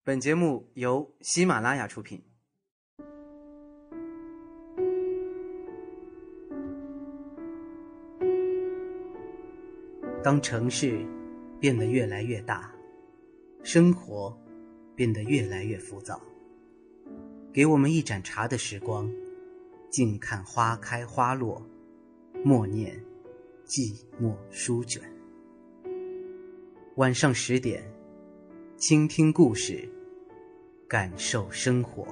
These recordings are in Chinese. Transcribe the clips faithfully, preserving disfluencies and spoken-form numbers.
本节目由喜马拉雅出品。当城市变得越来越大，生活变得越来越浮躁，给我们一盏茶的时光，静看花开花落，默念寂寞书卷。晚上十点，倾听故事，感受生活。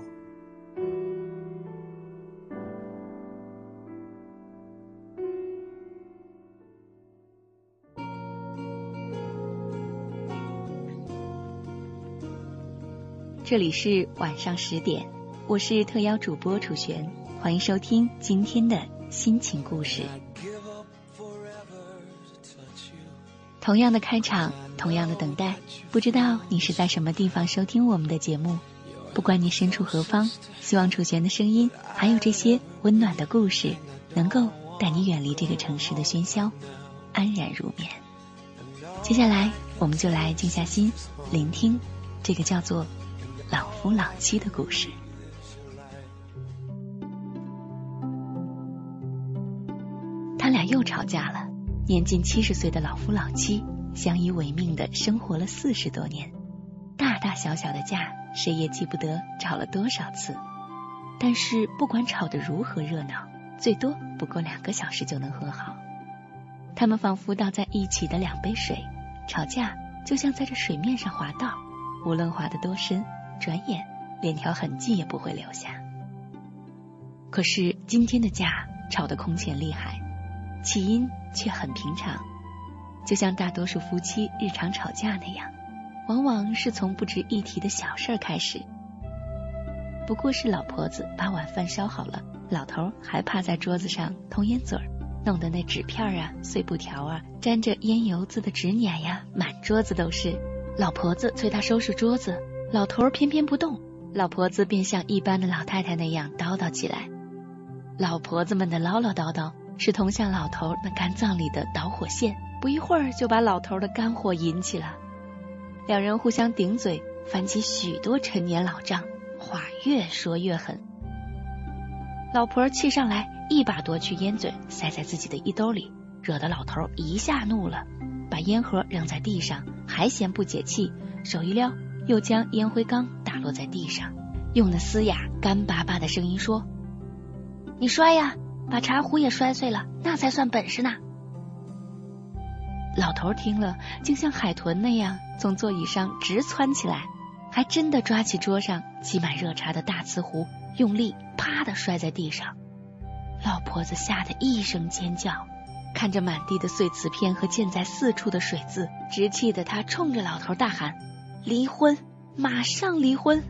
这里是晚上十点，我是特邀主播楚璇，欢迎收听今天的心情故事。同样的开场，同样的等待，不知道你是在什么地方收听我们的节目。不管你身处何方，希望楚璇的声音还有这些温暖的故事能够带你远离这个城市的喧嚣，安然入眠。接下来我们就来静下心，聆听这个叫做老夫老妻的故事。他俩又吵架了。年近七十岁的老夫老妻相依为命的生活了四十多年，大大小小的架谁也记不得吵了多少次，但是不管吵得如何热闹，最多不过两个小时就能和好。他们仿佛倒在一起的两杯水，吵架就像在这水面上滑道，无论滑得多深，转眼连条痕迹也不会留下。可是今天的架吵得空前厉害，起因却很平常，就像大多数夫妻日常吵架那样，往往是从不值一提的小事开始。不过是老婆子把晚饭烧好了，老头还趴在桌子上通烟嘴儿，弄得那纸片啊、碎布条啊、沾着烟油子的纸捻呀，满桌子都是。老婆子催他收拾桌子，老头偏偏不动，老婆子便像一般的老太太那样叨叨起来。老婆子们的唠唠叨叨是同向老头那肝脏里的导火线，不一会儿就把老头的肝火引起了。两人互相顶嘴，翻起许多陈年老账，话越说越狠。老婆气上来，一把夺去烟嘴，塞在自己的衣兜里，惹得老头一下怒了，把烟盒扔在地上，还嫌不解气，手一撩，又将烟灰缸打落在地上，用那嘶哑干巴巴的声音说：“你摔呀，把茶壶也摔碎了，那才算本事呢。”老头听了，竟像海豚那样从座椅上直窜起来，还真的抓起桌上挤满热茶的大瓷壶，用力啪地摔在地上。老婆子吓得一声尖叫，看着满地的碎瓷片和溅在四处的水渍，直气得他冲着老头大喊：“离婚，马上离婚！”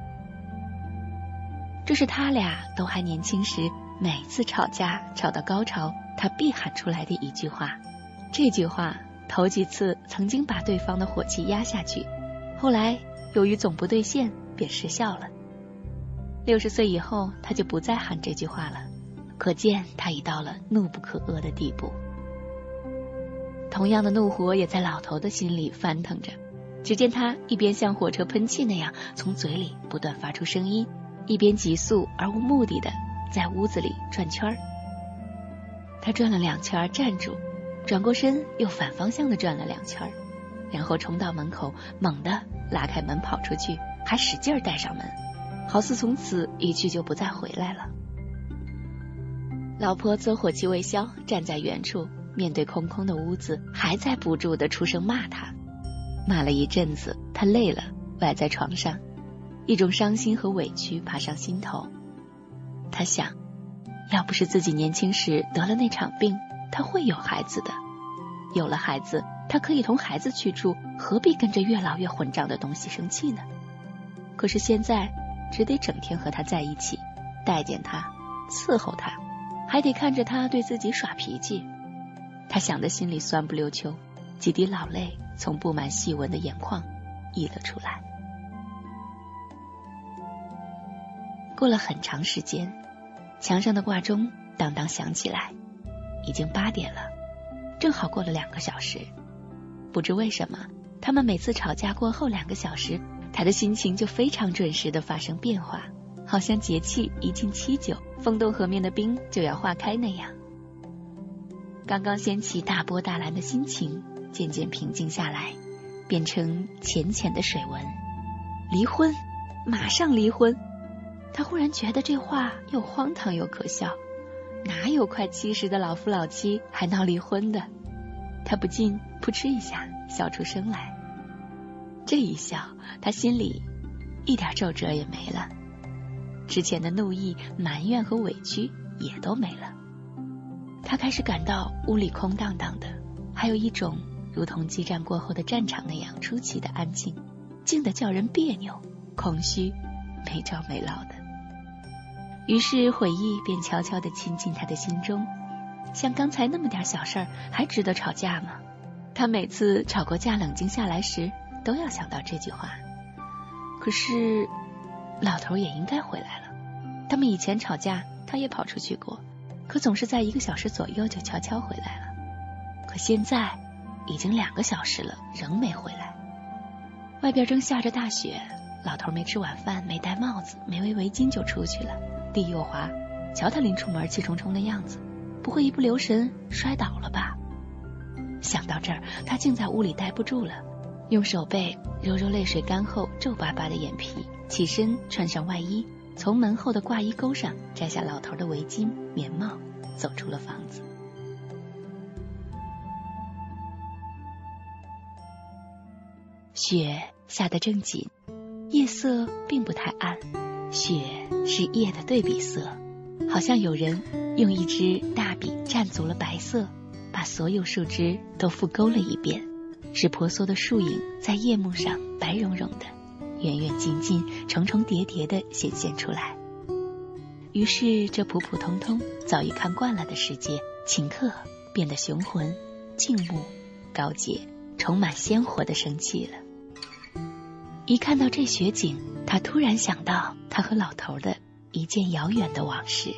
这是他俩都还年轻时每次吵架吵到高潮他必喊出来的一句话。这句话头几次曾经把对方的火气压下去，后来由于总不兑现便失效了。六十岁以后他就不再喊这句话了，可见他已到了怒不可遏的地步。同样的怒火也在老头的心里翻腾着，只见他一边像火车喷气那样从嘴里不断发出声音，一边急速而无目的的在屋子里转圈儿。他转了两圈站住，转过身又反方向的转了两圈，然后冲到门口，猛地拉开门跑出去，还使劲带上门，好似从此一去就不再回来了。老婆子火气未消，站在原处，面对空空的屋子，还在不住的出声骂他。骂了一阵子，他累了，歪在床上，一种伤心和委屈爬上心头。他想，要不是自己年轻时得了那场病，他会有孩子的。有了孩子，他可以同孩子去住，何必跟着越老越混账的东西生气呢？可是现在只得整天和他在一起，待见他，伺候他，还得看着他对自己耍脾气。他想得心里酸不溜秋，几滴老泪从布满细纹的眼眶溢了出来。过了很长时间，墙上的挂钟当当响起来，已经八点了，正好过了两个小时。不知为什么，他们每次吵架过后两个小时他的心情就非常准时地发生变化，好像节气一进七九，风洞河面的冰就要化开那样。刚刚掀起大波大澜的心情渐渐平静下来，变成浅浅的水纹。离婚，马上离婚。他忽然觉得这话又荒唐又可笑，哪有快七十的老夫老妻还闹离婚的？他不禁扑哧一下笑出声来。这一笑，他心里一点皱褶也没了，之前的怒意、埋怨和委屈也都没了。他开始感到屋里空荡荡的，还有一种如同激战过后的战场那样出奇的安静，静得叫人别扭、空虚、没着没落的。于是悔意便悄悄地侵进他的心中，像刚才那么点小事儿还值得吵架吗？他每次吵过架冷静下来时都要想到这句话。可是老头也应该回来了，他们以前吵架他也跑出去过，可总是在一个小时左右就悄悄回来了。可现在已经两个小时了，仍没回来。外边正下着大雪，老头没吃晚饭，没戴帽子，没围围巾就出去了，地又滑，瞧他临出门气冲冲的样子，不会一不留神摔倒了吧？想到这儿，他竟在屋里待不住了，用手背揉揉泪水干后皱巴巴的眼皮，起身穿上外衣，从门后的挂衣钩上摘下老头的围巾、棉帽，走出了房子。雪下得正紧，夜色并不太暗，雪是夜的对比色，好像有人用一支大笔蘸足了白色，把所有树枝都覆勾了一遍，使婆娑的树影在夜幕上白茸茸的，远远近近，重重叠叠地显现出来。于是这普普通通早已看惯了的世界，顷刻变得雄浑、静穆、高洁，充满鲜活的生气了。一看到这雪景，他突然想到他和老头的一件遥远的往事。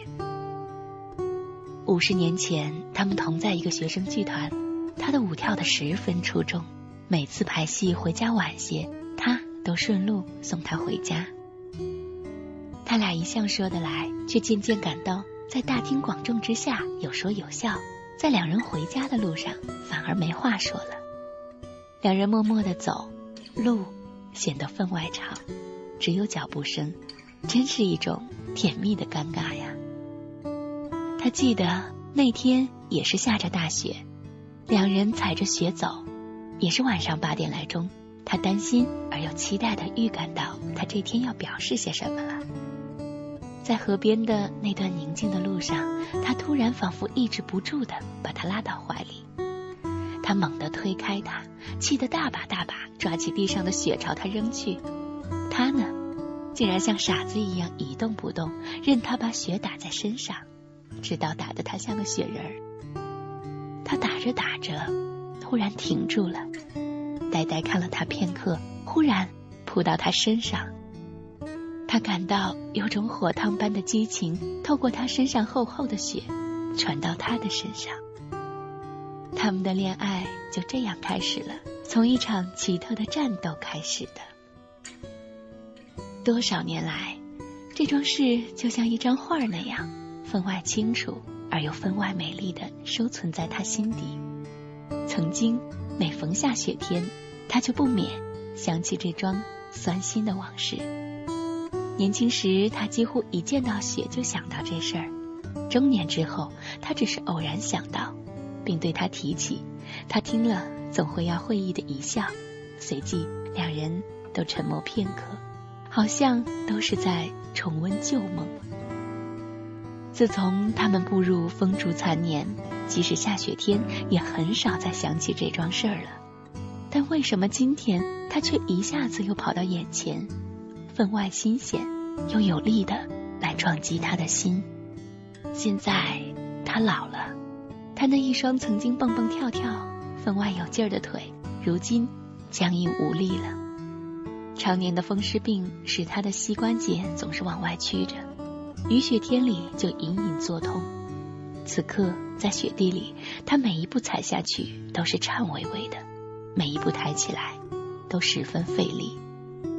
五十年前，他们同在一个学生剧团，他的舞跳得十分出众，每次排戏回家晚些，他都顺路送他回家。他俩一向说得来，却渐渐感到在大庭广众之下有说有笑，在两人回家的路上反而没话说了。两人默默地走，路显得分外长，只有脚步声，真是一种甜蜜的尴尬呀。他记得那天也是下着大雪，两人踩着雪走，也是晚上八点来钟。他担心而又期待地预感到他这天要表示些什么了。在河边的那段宁静的路上，他突然仿佛抑制不住地把他拉到怀里，他猛地推开他，气得大把大把抓起地上的雪朝他扔去。他呢，竟然像傻子一样一动不动，任他把雪打在身上，直到打得他像个雪人儿。他打着打着忽然停住了，呆呆看了他片刻，忽然扑到他身上。他感到有种火烫般的激情透过他身上厚厚的雪传到他的身上。他们的恋爱就这样开始了，从一场奇特的战斗开始的。多少年来，这桩事就像一张画那样，分外清楚而又分外美丽地收存在他心底。曾经每逢下雪天，他就不免想起这桩酸心的往事。年轻时他几乎一见到雪就想到这事儿，中年之后他只是偶然想到，并对他提起，他听了总会要会意的一笑，随即两人都沉默片刻，好像都是在重温旧梦。自从他们步入风烛残年，即使下雪天也很少再想起这桩事儿了。但为什么今天他却一下子又跑到眼前，分外新鲜又有力的来撞击他的心？现在他老了，他那一双曾经蹦蹦跳跳分外有劲儿的腿，如今僵硬无力了。常年的风湿病使他的膝关节总是往外曲着，雨雪天里就隐隐作痛。此刻在雪地里，他每一步踩下去都是颤巍巍的，每一步抬起来都十分费力。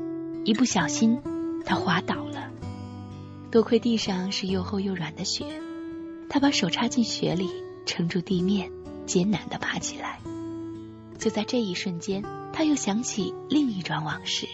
一不小心他滑倒了，多亏地上是又厚又软的雪，他把手插进雪里，撑住地面，艰难地爬起来。就在这一瞬间，他又想起另一桩往事。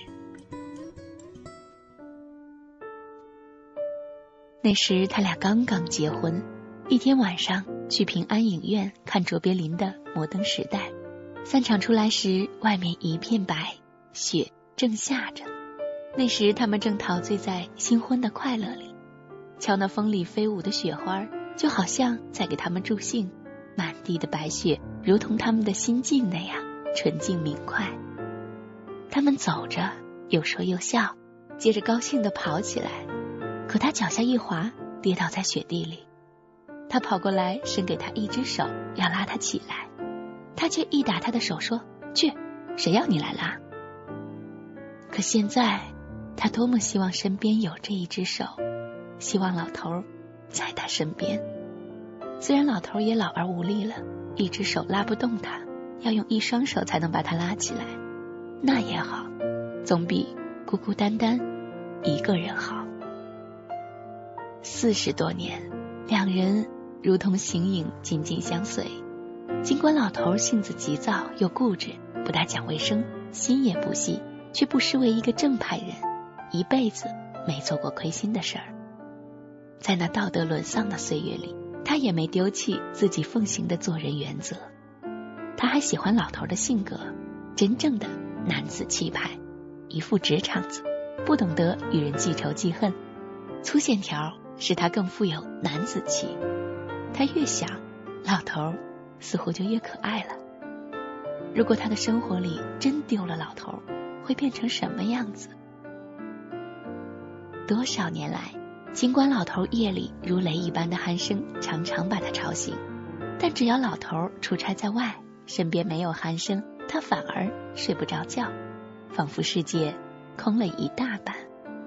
那时他俩刚刚结婚，一天晚上去平安影院看卓别林的《摩登时代》，散场出来时，外面一片白，雪正下着。那时他们正陶醉在新婚的快乐里，瞧那风里飞舞的雪花，就好像在给他们助兴，满地的白雪如同他们的心境那样纯净明快。他们走着，有说有笑，接着高兴地跑起来。可他脚下一滑，跌倒在雪地里。他跑过来，伸给他一只手，要拉他起来。他却一打他的手说：“去，谁要你来拉？”可现在，他多么希望身边有这一只手，希望老头在他身边。虽然老头也老而无力了，一只手拉不动他，要用一双手才能把他拉起来。那也好，总比孤孤单单一个人好。四十多年，两人如同形影紧紧相随。尽管老头性子急躁又固执，不大讲卫生，心也不细，却不失为一个正派人，一辈子没做过亏心的事儿。在那道德沦丧的岁月里，他也没丢弃自己奉行的做人原则。他还喜欢老头的性格，真正的男子气派，一副直肠子，不懂得与人记仇记恨，粗线条使他更富有男子气。他越想，老头似乎就越可爱了。如果他的生活里真丢了老头，会变成什么样子？多少年来，尽管老头夜里如雷一般的鼾声常常把他吵醒，但只要老头出差在外，身边没有鼾声，他反而睡不着觉，仿佛世界空了一大半。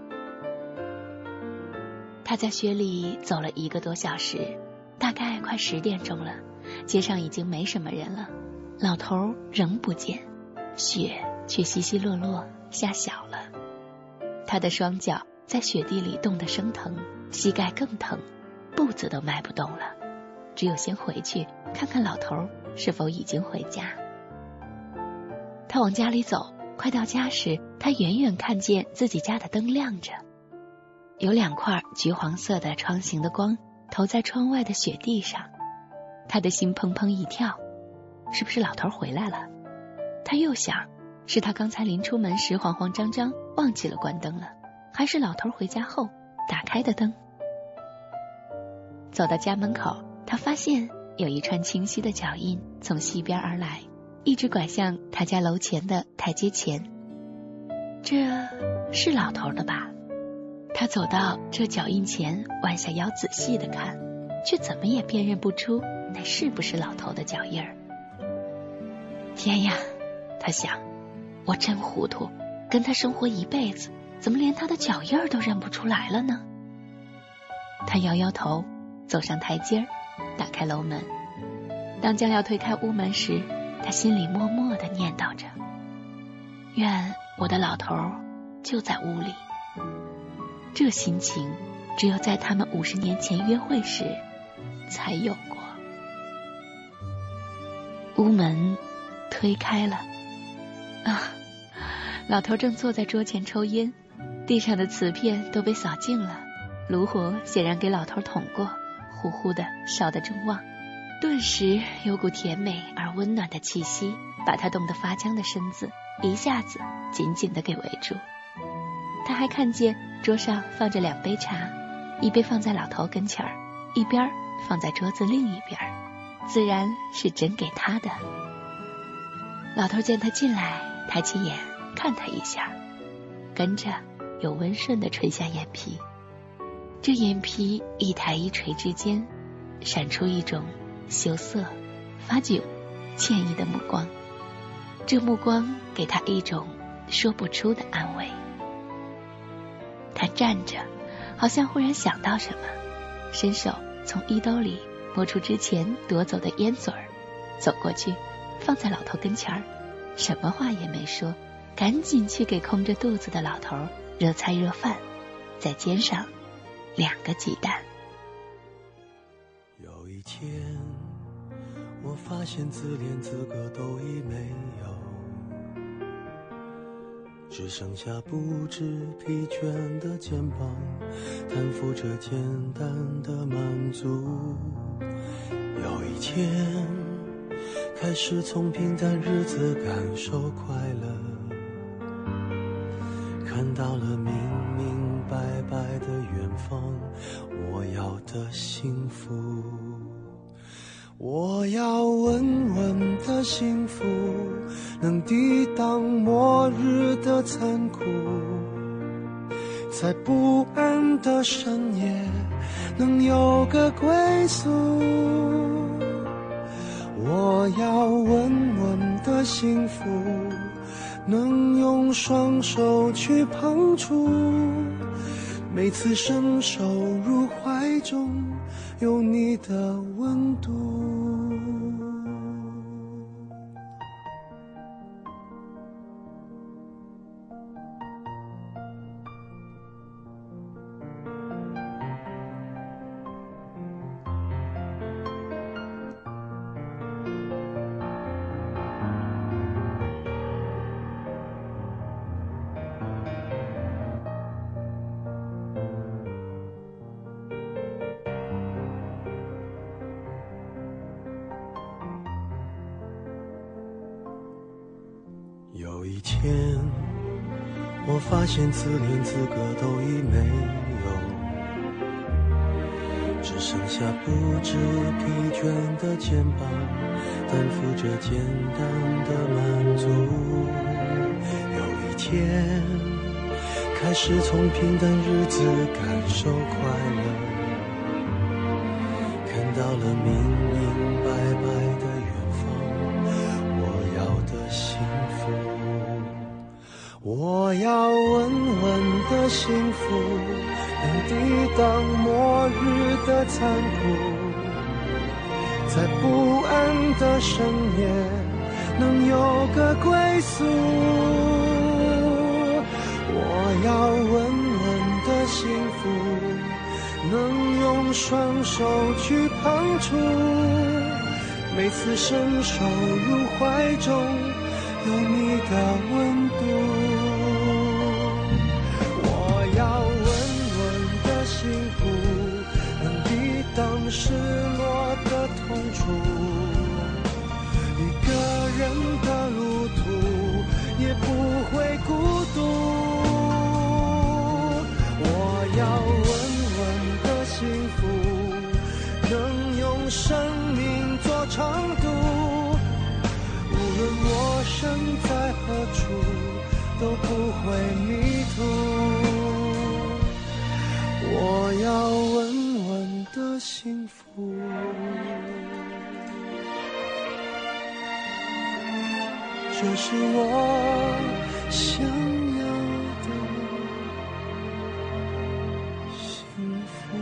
他在雪里走了一个多小时，大概快十点钟了，街上已经没什么人了，老头仍不见，雪却稀稀落落下小了。他的双脚在雪地里冻得生疼，膝盖更疼，步子都迈不动了，只有先回去看看老头是否已经回家。他往家里走，快到家时，他远远看见自己家的灯亮着，有两块橘黄色的窗形的光投在窗外的雪地上。他的心砰砰一跳，是不是老头回来了？他又想，是他刚才临出门时慌慌张张忘记了关灯了，还是老头回家后打开的灯？走到家门口，他发现有一串清晰的脚印从西边而来，一直拐向他家楼前的台阶前。这是老头的吧？他走到这脚印前，弯下腰仔细地看，却怎么也辨认不出那是不是老头的脚印儿。天呀，他想，我真糊涂，跟他生活一辈子，怎么连他的脚印儿都认不出来了呢？他摇摇头，走上台阶儿，打开楼门。当将要推开屋门时，他心里默默地念叨着，愿我的老头就在屋里。这心情只有在他们五十年前约会时才有过。屋门推开了，啊，老头正坐在桌前抽烟，地上的瓷片都被扫净了，炉火显然给老头捅过，呼呼的烧得正旺。顿时有股甜美而温暖的气息，把他冻得发僵的身子一下子紧紧地给围住。他还看见桌上放着两杯茶，一杯放在老头跟前儿，一边放在桌子另一边，自然是真给他的。老头见他进来，抬起眼看他一下，跟着又温顺地垂下眼皮。这眼皮一抬一垂之间，闪出一种羞涩、发窘、歉意的目光。这目光给他一种说不出的安慰。他站着，好像忽然想到什么，伸手从衣兜里摸出之前夺走的烟嘴儿，走过去放在老头跟前儿，什么话也没说， 赶紧去给空着肚子的老头热菜热饭，再煎上两个鸡蛋。 有一天，我发现自怜资格都已没有，只剩下不知疲倦的肩膀，担负着简单的满足。有一天，开始从平淡日子感受快乐，看到了明明白白的远方，我要的幸福。我要稳稳的幸福，能抵挡末日的残酷，在不安的深夜能有个归宿。我要稳稳的幸福，能用双手去碰触，每次伸手入怀中有你的温度。有一天，我发现自怜资格都已没有，只剩下不知疲倦的肩膀，担负着简单的满足。有一天，开始从平淡日子感受快乐，看到了明明白白的远方，我要的幸福。我要稳稳的幸福，能抵挡末日的残酷，在不安的深夜能有个归宿。我要稳稳的幸福，能用双手去碰触，每次伸手入怀中有你的温度。我要稳稳的幸福，能抵挡失落的痛楚，一个人的路途也不会孤独。我要稳稳的幸福，能用生命做长度，无论我身在何处都不会迷途。我要稳稳的幸福，这是我想要的幸福。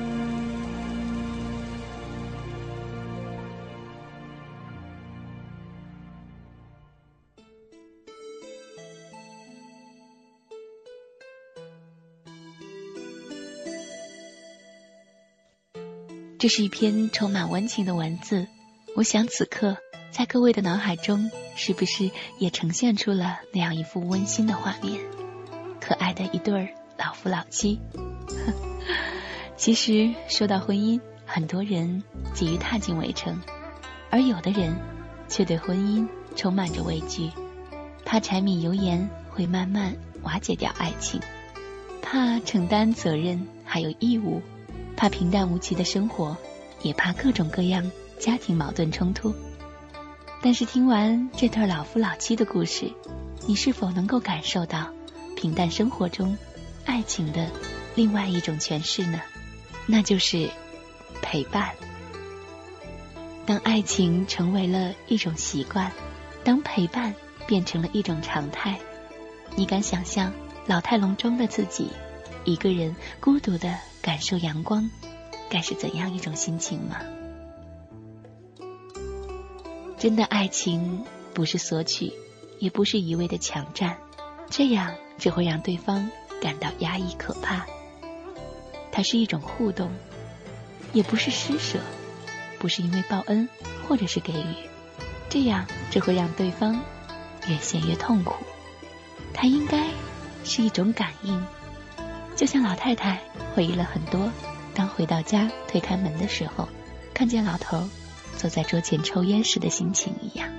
这是一篇充满温情的文字，我想此刻在各位的脑海中是不是也呈现出了那样一幅温馨的画面，可爱的一对老夫老妻。其实说到婚姻，很多人急于踏进围城，而有的人却对婚姻充满着畏惧，怕柴米油盐会慢慢瓦解掉爱情，怕承担责任还有义务，怕平淡无奇的生活，也怕各种各样家庭矛盾冲突。但是听完这对老夫老妻的故事，你是否能够感受到平淡生活中爱情的另外一种诠释呢？那就是陪伴。当爱情成为了一种习惯，当陪伴变成了一种常态，你敢想象老态龙钟的自己一个人孤独地感受阳光该是怎样一种心情吗？真的爱情不是索取， 也不是一味的强占，这样只会让对方感到压抑可怕。它是一种互动，也不是施舍，不是因为报恩或者是给予，这样只会让对方越陷越痛苦。它应该是一种感应，就像老太太回忆了很多当回到家推开门的时候，看见老头坐在桌前抽烟时的心情一样。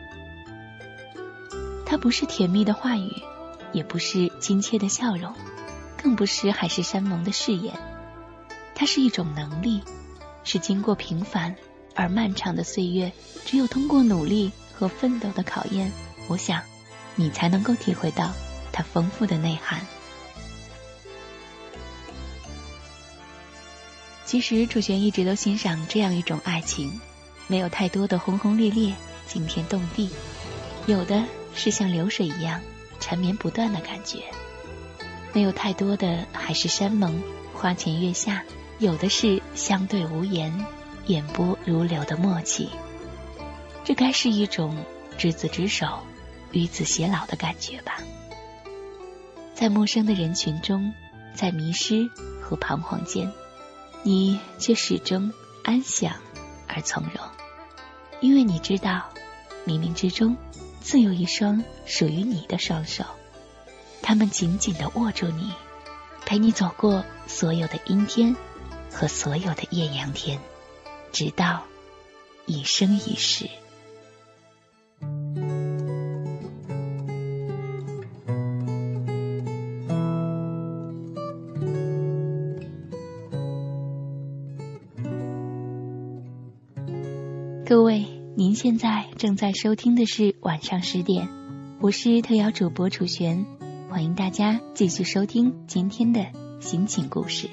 它不是甜蜜的话语，也不是亲切的笑容，更不是海誓山盟的誓言。它是一种能力，是经过平凡而漫长的岁月，只有通过努力和奋斗的考验，我想你才能够体会到它丰富的内涵。其实楚璇一直都欣赏这样一种爱情，没有太多的轰轰烈烈惊天动地，有的是像流水一样缠绵不断的感觉，没有太多的海誓山盟花前月下，有的是相对无言眼波如流的默契。这该是一种执子之手与子偕老的感觉吧。在陌生的人群中，在迷失和彷徨间，你却始终安详而从容，因为你知道冥冥之中自有一双属于你的双手，他们紧紧地握住你，陪你走过所有的阴天和所有的艳阳天，直到一生一世。各位，您现在正在收听的是晚上十点，我是特邀主播楚璇，欢迎大家继续收听今天的心情故事。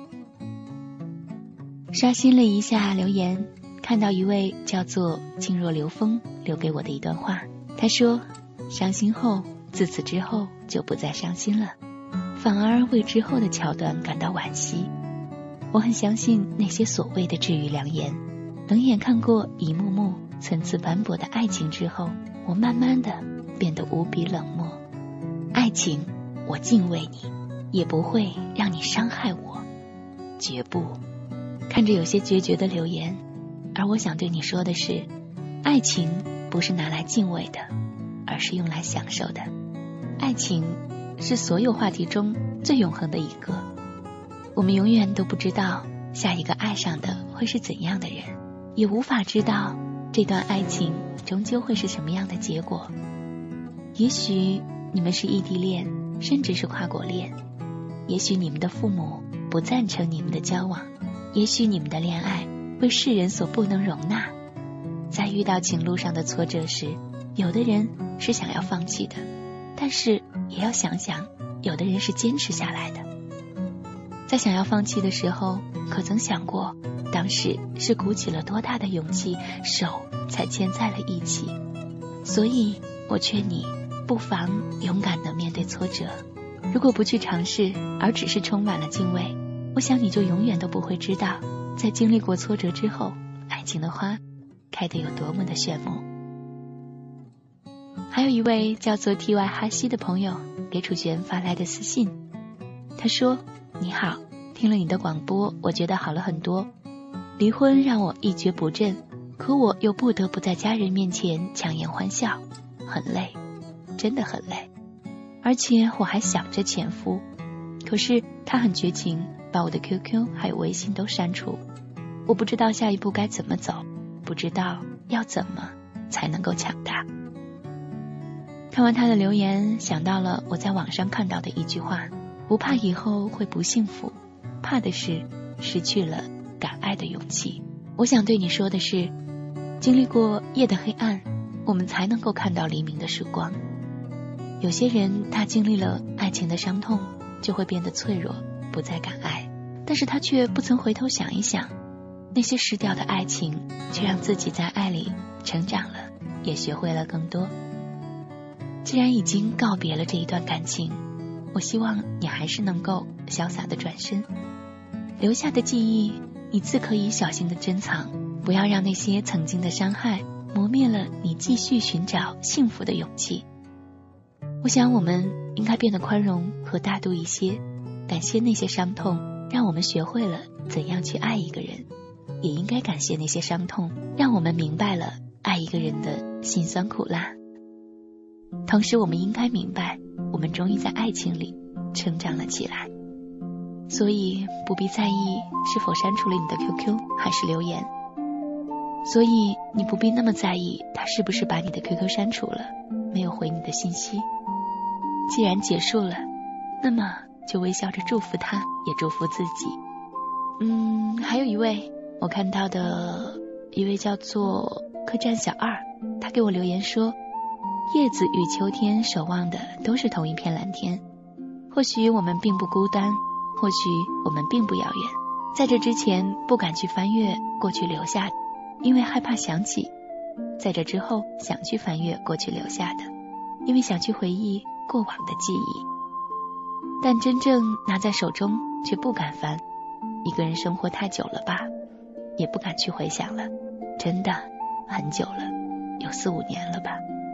刷新了一下留言，看到一位叫做静若流风留给我的一段话，他说：伤心后，自此之后就不再伤心了，反而为之后的桥段感到惋惜。我很相信那些所谓的治愈良言，冷眼看过一幕幕层次斑驳的爱情之后，我慢慢的变得无比冷漠。爱情，我敬畏你，也不会让你伤害我，绝不。看着有些决绝的留言，而我想对你说的是，爱情不是拿来敬畏的，而是用来享受的。爱情是所有话题中最永恒的一个，我们永远都不知道下一个爱上的会是怎样的人，也无法知道这段爱情终究会是什么样的结果。也许你们是异地恋，甚至是跨国恋，也许你们的父母不赞成你们的交往，也许你们的恋爱为世人所不能容纳。在遇到情路上的挫折时，有的人是想要放弃的，但是也要想想，有的人是坚持下来的。在想要放弃的时候，可曾想过当时是鼓起了多大的勇气，手才牵在了一起。所以我劝你不妨勇敢地面对挫折，如果不去尝试，而只是充满了敬畏，我想你就永远都不会知道，在经历过挫折之后，爱情的花开得有多么的炫目。还有一位叫做 T Y 哈西的朋友给楚璇发来的私信，他说：你好，听了你的广播，我觉得好了很多。离婚让我一蹶不振，可我又不得不在家人面前强颜欢笑，很累，真的很累。而且我还想着前夫，可是他很绝情，把我的 Q Q 还有微信都删除。我不知道下一步该怎么走，不知道要怎么才能够强大。看完他的留言，想到了我在网上看到的一句话：不怕以后会不幸福，怕的是失去了敢爱的勇气。我想对你说的是，经历过夜的黑暗，我们才能够看到黎明的曙光。有些人他经历了爱情的伤痛，就会变得脆弱，不再敢爱，但是他却不曾回头想一想，那些失掉的爱情却让自己在爱里成长了，也学会了更多。既然已经告别了这一段感情，我希望你还是能够潇洒的转身，留下的记忆你自可以小心的珍藏，不要让那些曾经的伤害磨灭了你继续寻找幸福的勇气。 我想我们应该变得宽容和大度一些，感谢那些伤痛让我们学会了怎样去爱一个人，也应该感谢那些伤痛让我们明白了爱一个人的辛酸苦辣。同时我们应该明白，我们终于在爱情里成长了起来，所以不必在意是否删除了你的 Q Q 还是留言，所以你不必那么在意他是不是把你的 Q Q 删除了，没有回你的信息。既然结束了，那么就微笑着祝福他，也祝福自己。嗯，还有一位我看到的一位叫做客栈小二，他给我留言说，叶子与秋天守望的都是同一片蓝天，或许我们并不孤单，或许我们并不遥远，在这之前不敢去翻阅过去留下的，因为害怕想起，在这之后想去翻阅过去留下的，因为想去回忆过往的记忆，但真正拿在手中却不敢翻。一个人生活太久了吧，也不敢去回想了，真的很久了，有四五年了吧。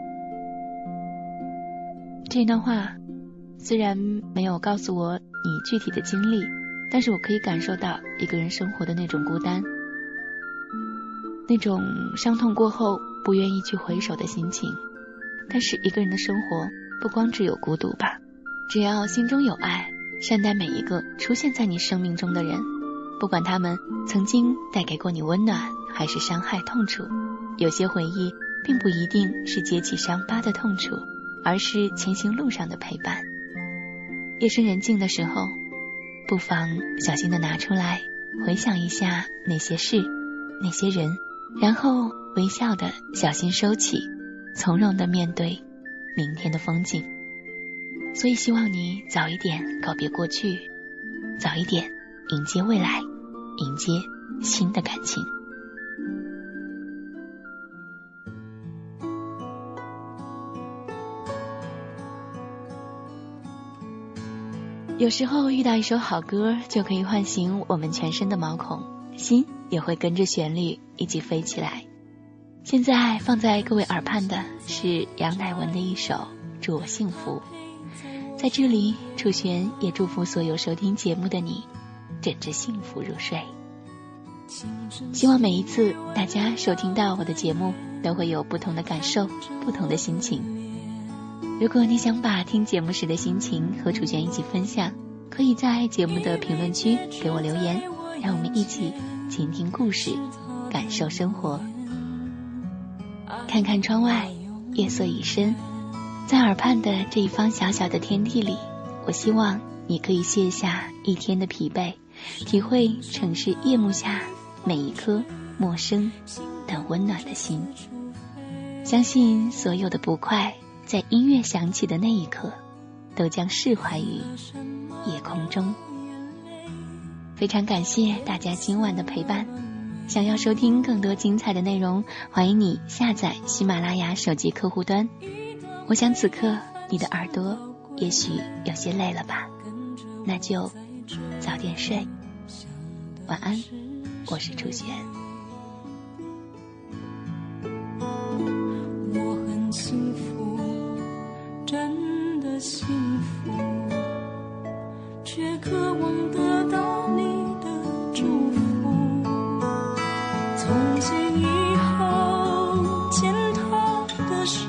这段话虽然没有告诉我你具体的经历，但是我可以感受到一个人生活的那种孤单，那种伤痛过后不愿意去回首的心情。但是一个人的生活不光只有孤独吧，只要心中有爱，善待每一个出现在你生命中的人，不管他们曾经带给过你温暖还是伤害痛楚，有些回忆并不一定是揭起伤疤的痛楚，而是前行路上的陪伴。夜深人静的时候，不妨小心地拿出来回想一下那些事那些人，然后微笑地小心收起，从容地面对明天的风景。所以希望你早一点告别过去，早一点迎接未来，迎接新的感情。有时候遇到一首好歌，就可以唤醒我们全身的毛孔，心也会跟着旋律一起飞起来。现在放在各位耳畔的是杨乃文的一首《祝我幸福》。在这里，楚璇也祝福所有收听节目的你，枕着幸福入睡。希望每一次大家收听到我的节目，都会有不同的感受，不同的心情。如果你想把听节目时的心情和楚璇一起分享，可以在节目的评论区给我留言，让我们一起倾听故事，感受生活。看看窗外，夜色已深，在耳畔的这一方小小的天地里，我希望你可以卸下一天的疲惫，体会城市夜幕下每一颗陌生但温暖的心。相信所有的不快，在音乐响起的那一刻，都将释怀于夜空中。非常感谢大家今晚的陪伴。想要收听更多精彩的内容，欢迎你下载喜马拉雅手机客户端。我想此刻你的耳朵也许有些累了吧，那就早点睡，晚安。我是楚璇。 我很幸福，真的幸福，却渴望得到你的祝福。从今以后牵他的手，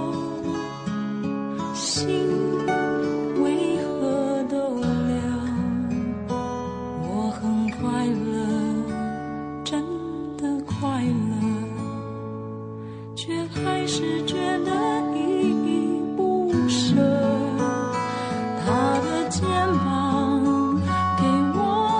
心为何都凉？我很快乐，真的快乐，却还是觉得依依不舍。他的肩膀给我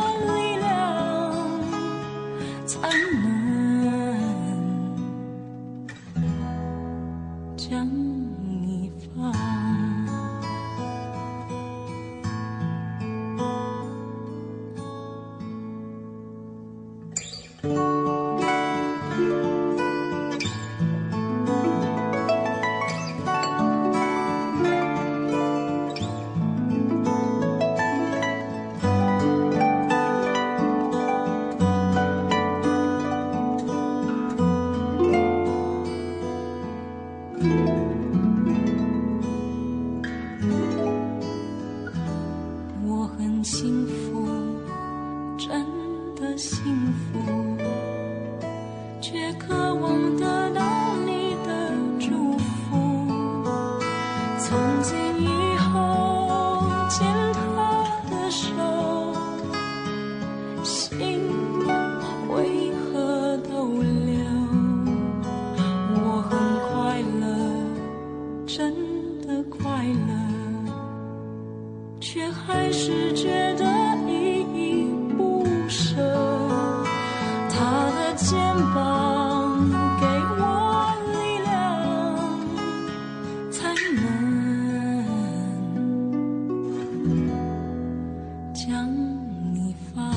幸福，真的幸福，却渴望得到你的祝福。从今以后牵他的手，心为何逗留？我很快乐，真的快乐，却还是觉得依依不舍。他的肩膀给我力量，才能将你放。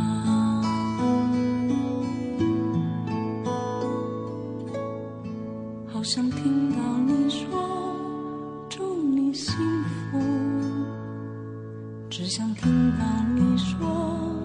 好想听到你说祝你幸福，只想听到你说